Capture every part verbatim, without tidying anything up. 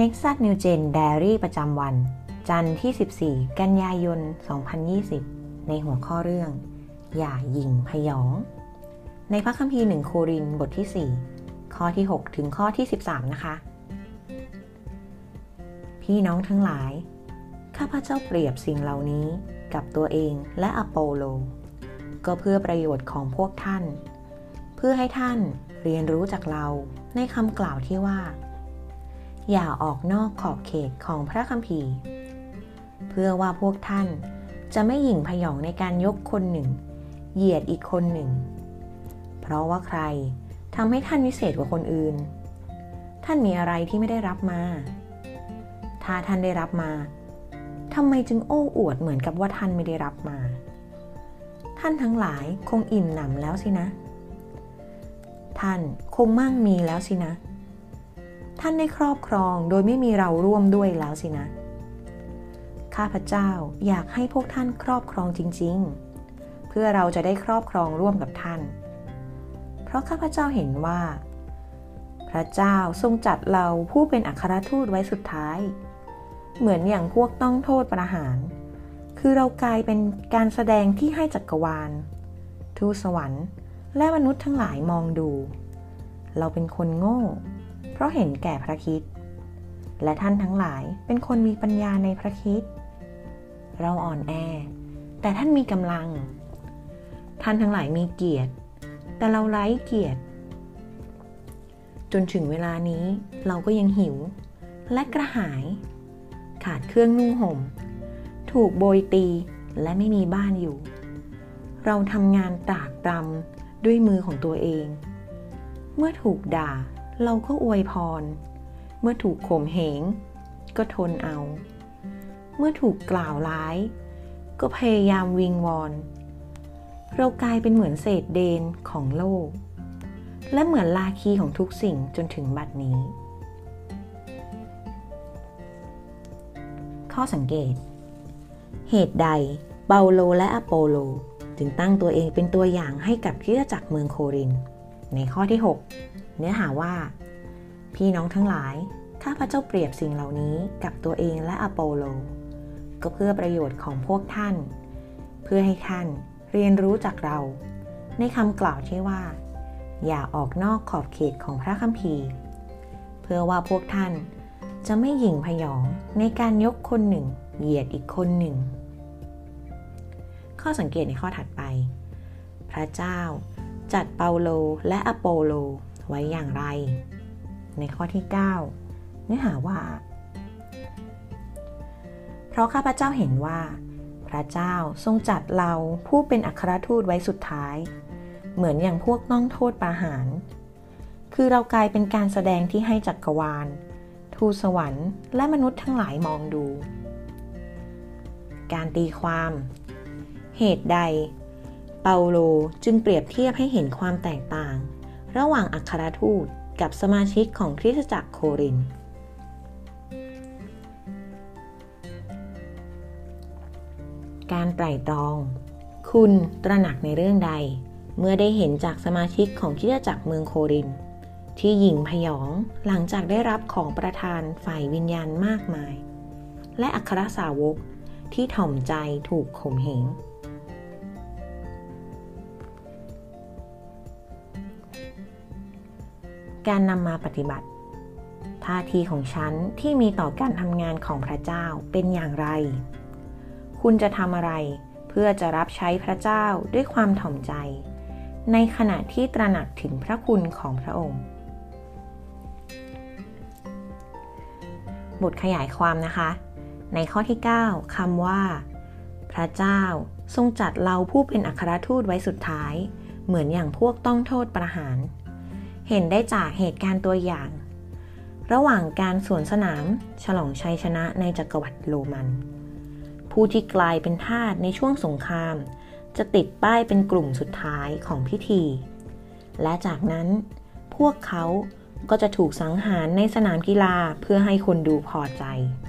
Nexus New Gen Diary ประจำวันจันทร์ที่สิบสี่กันยายนสองพันยี่สิบในหัวข้อเรื่องอย่าหยิ่งพยองในพระคัมภีร์หนึ่งโครินธ์บทที่สี่ข้อที่หกถึงข้อที่สิบสามนะคะพี่น้องทั้งหลายข้าพเจ้าเปรียบสิ่งเหล่านี้กับตัวเองและอโปโลก็เพื่อประโยชน์ของพวกท่านเพื่อให้ท่านเรียนรู้จากเราในคำกล่าวที่ว่าอย่าออกนอกขอบเขตของพระคัมภีร์เพื่อว่าพวกท่านจะไม่หยิ่งพยองในการยกคนหนึ่งเหยียดอีกคนหนึ่งเพราะว่าใครทำให้ท่านวิเศษกว่าคนอื่นท่านมีอะไรที่ไม่ได้รับมาถ้าท่านได้รับมาทำไมจึงโอ้อวดเหมือนกับว่าท่านไม่ได้รับมาท่านทั้งหลายคงอิ่มหนำแล้วสินะท่านคงมั่งมีแล้วสินะท่านได้ครอบครองโดยไม่มีเราร่วมด้วยแล้วสินะข้าพเจ้าอยากให้พวกท่านครอบครองจริงๆเพื่อเราจะได้ครอบครองร่วมกับท่านเพราะข้าพเจ้าเห็นว่าพระเจ้าทรงจัดเราผู้เป็นอัครทูตไว้สุดท้ายเหมือนอย่างพวกต้องโทษประหารคือเรากลายเป็นการแสดงที่ให้จักรวาลทูตสวรรค์และมนุษย์ทั้งหลายมองดูเราเป็นคนโง่เพราะเห็นแก่พระคริสต์และท่านทั้งหลายเป็นคนมีปัญญาในพระคริสต์เราอ่อนแอแต่ท่านมีกำลังท่านทั้งหลายมีเกียรติแต่เราไร้เกียรติจนถึงเวลานี้เราก็ยังหิวและกระหายขาดเครื่องนุ่งห่มถูกโบยตีและไม่มีบ้านอยู่เราทำงานตากตรำด้วยมือของตัวเองเมื่อถูกด่าเราก็อวยพรเมื่อถูกข่มเหงก็ทนเอาเมื่อถูกกล่าวร้ายก็พยายามวิงวอนเรากลายเป็นเหมือนเศษเดนของโลกและเหมือนลาคีของทุกสิ่งจนถึงบัดนี้ข้อสังเกตเหตุใดเปาโลและอโปโลจึงตั้งตัวเองเป็นตัวอย่างให้กับคริสตจักรเมืองโครินธ์ในข้อที่หกเนื้อหาว่าพี่น้องทั้งหลายข้าพเจ้าเปรียบสิ่งเหล่านี้กับตัวเองและอโปโลก็เพื่อประโยชน์ของพวกท่านเพื่อให้ท่านเรียนรู้จากเราในคำกล่าวที่ว่าอย่าออกนอกขอบเขตของพระคัมภีร์เพื่อว่าพวกท่านจะไม่หยิ่งพยองในการยกคนหนึ่งเหยียดอีกคนหนึ่งข้อสังเกตในข้อถัดไปพระเจ้าจัดเปาโลและอโปโลไว้อย่างไรในข้อที่เก้าเนื้อหาว่าเพราะข้าพเจ้าเห็นว่าพระเจ้าทรงจัดเราผู้เป็นอัครทูตไว้สุดท้ายเหมือนอย่างพวกต้องโทษประหารคือเรากลายเป็นการแสดงที่ให้จักรวาลทูตสวรรค์และมนุษย์ทั้งหลายมองดูการตีความเหตุใดเปาโลจึงเปรียบเทียบให้เห็นความแตกต่างระหว่างอัครทูตกับสมาชิกของคริสตจักรโครินธ์การไตร่ตรองคุณตระหนักในเรื่องใดเมื่อได้เห็นจากสมาชิกของคริสตจักรเมืองโครินธ์ที่หยิ่งพยองหลังจากได้รับของประทานฝ่ายวิญญาณมากมายและอัครสาวกที่ถ่อมใจถูกข่มเหงการนำมาปฏิบัติท่าทีของฉันที่มีต่อการทำงานของพระเจ้าเป็นอย่างไรคุณจะทำอะไรเพื่อจะรับใช้พระเจ้าด้วยความถ่อมใจในขณะที่ตระหนักถึงพระคุณของพระองค์บทขยายความนะคะในข้อที่เก้าคำว่าพระเจ้าทรงจัดเราผู้เป็นอัครทูตไว้สุดท้ายเหมือนอย่างพวกต้องโทษประหารเห็นได้จากเหตุการณ์ตัวอย่างระหว่างการสวนสนามฉลองชัยชนะในจักรวรรดิโรมันผู้ที่กลายเป็นทาสในช่วงสงครามจะติดป้ายเป็นกลุ่มสุดท้ายของพิธีและจากนั้นพวกเขาก็จะถูกสังหารในสนามกีฬาเพื่อให้คนดูพอใจ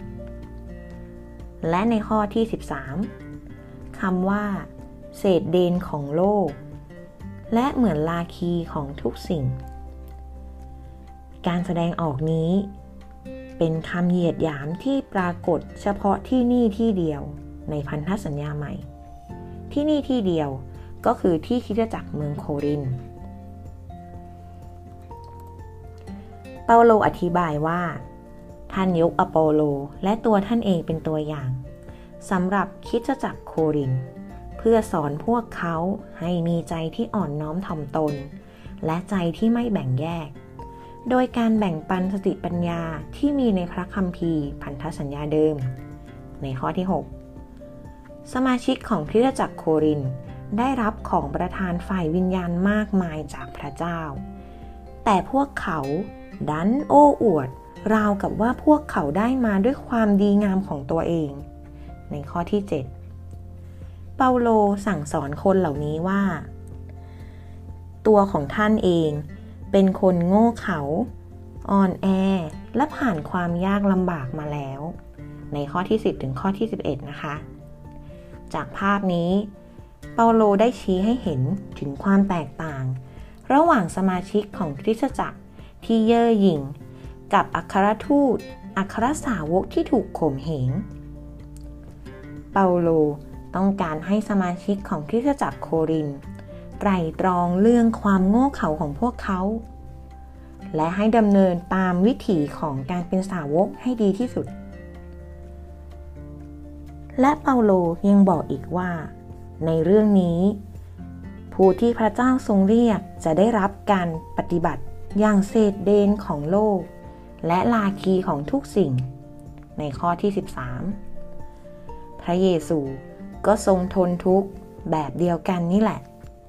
และในข้อที่สิบสามคำว่าเศษเดนของโลกและเหมือนลาคีของทุกสิ่งการแสดงออกนี้ เเป็นคำเหยียดหยามที่ปรากฏเฉพาะที่นี่ที่เดียวในพันธสัญญาใหม่ที่นี่ที่เดียวก็คือที่คริสตจักรเมืองโครินธ์เปาโลอธิบายว่าท่านยกอโปโลและตัวท่านเองเป็นตัวอย่างสำหรับคริสตจักรโครินธ์เพื่อสอนพวกเขาให้มีใจที่อ่อนน้อมถ่อมตนและใจที่ไม่แบ่งแยกโดยการแบ่งปันสติปัญญาที่มีในพระคัมภีร์พันธสัญญาเดิมในข้อที่หกสมาชิกของคริสตจักรโครินธ์ได้รับของประทานฝ่ายวิญญาณมากมายจากพระเจ้าแต่พวกเขาดันโอ้อวดราวกับว่าพวกเขาได้มาด้วยความดีงามของตัวเองในข้อที่เจ็ดเปาโลสั่งสอนคนเหล่านี้ว่าตัวของท่านเองเป็นคนโง่เขลาอ่อนแอและผ่านความยากลำบากมาแล้วในข้อที่สิบถึงข้อที่สิบเอ็ดนะคะจากภาพนี้เปาโลได้ชี้ให้เห็นถึงความแตกต่างระหว่างสมาชิกของคริสตจักรที่เย่อหยิ่งกับอัครทูตอัครสาวกที่ถูกข่มเหงเปาโลต้องการให้สมาชิกของคริสตจักรโครินธ์ไตร่ตรองเรื่องความโง่เขลาของพวกเขาและให้ดำเนินตามวิถีของการเป็นสาวกให้ดีที่สุดและเปาโลยังบอกอีกว่าในเรื่องนี้ผู้ที่พระเจ้าทรงเรียกจะได้รับการปฏิบัติอย่างเศษเดนของโลกและลาคีของทุกสิ่งในข้อที่สิบสามพระเยซูก็ทรงทนทุกข์แบบเดียวกันนี่แหละ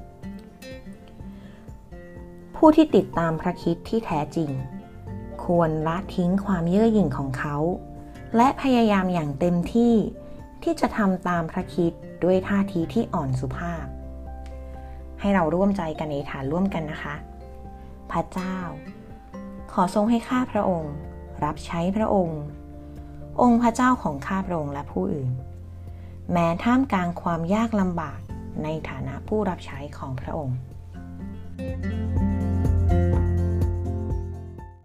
ผู้ที่ติดตามพระคริสต์ที่แท้จริงควรละทิ้งความเย่อหยิ่งของเขาและพยายามอย่างเต็มที่ที่จะทำตามพระคริสต์ด้วยท่าทีที่อ่อนสุภาพให้เราร่วมใจกันอธิษฐานร่วมกันนะคะพระเจ้าขอทรงให้ข้าพระองค์รับใช้พระองค์องค์พระเจ้าของข้าพระองค์และผู้อื่นแม้ท่ามกลางความยากลำบากในฐานะผู้รับใช้ของพระองค์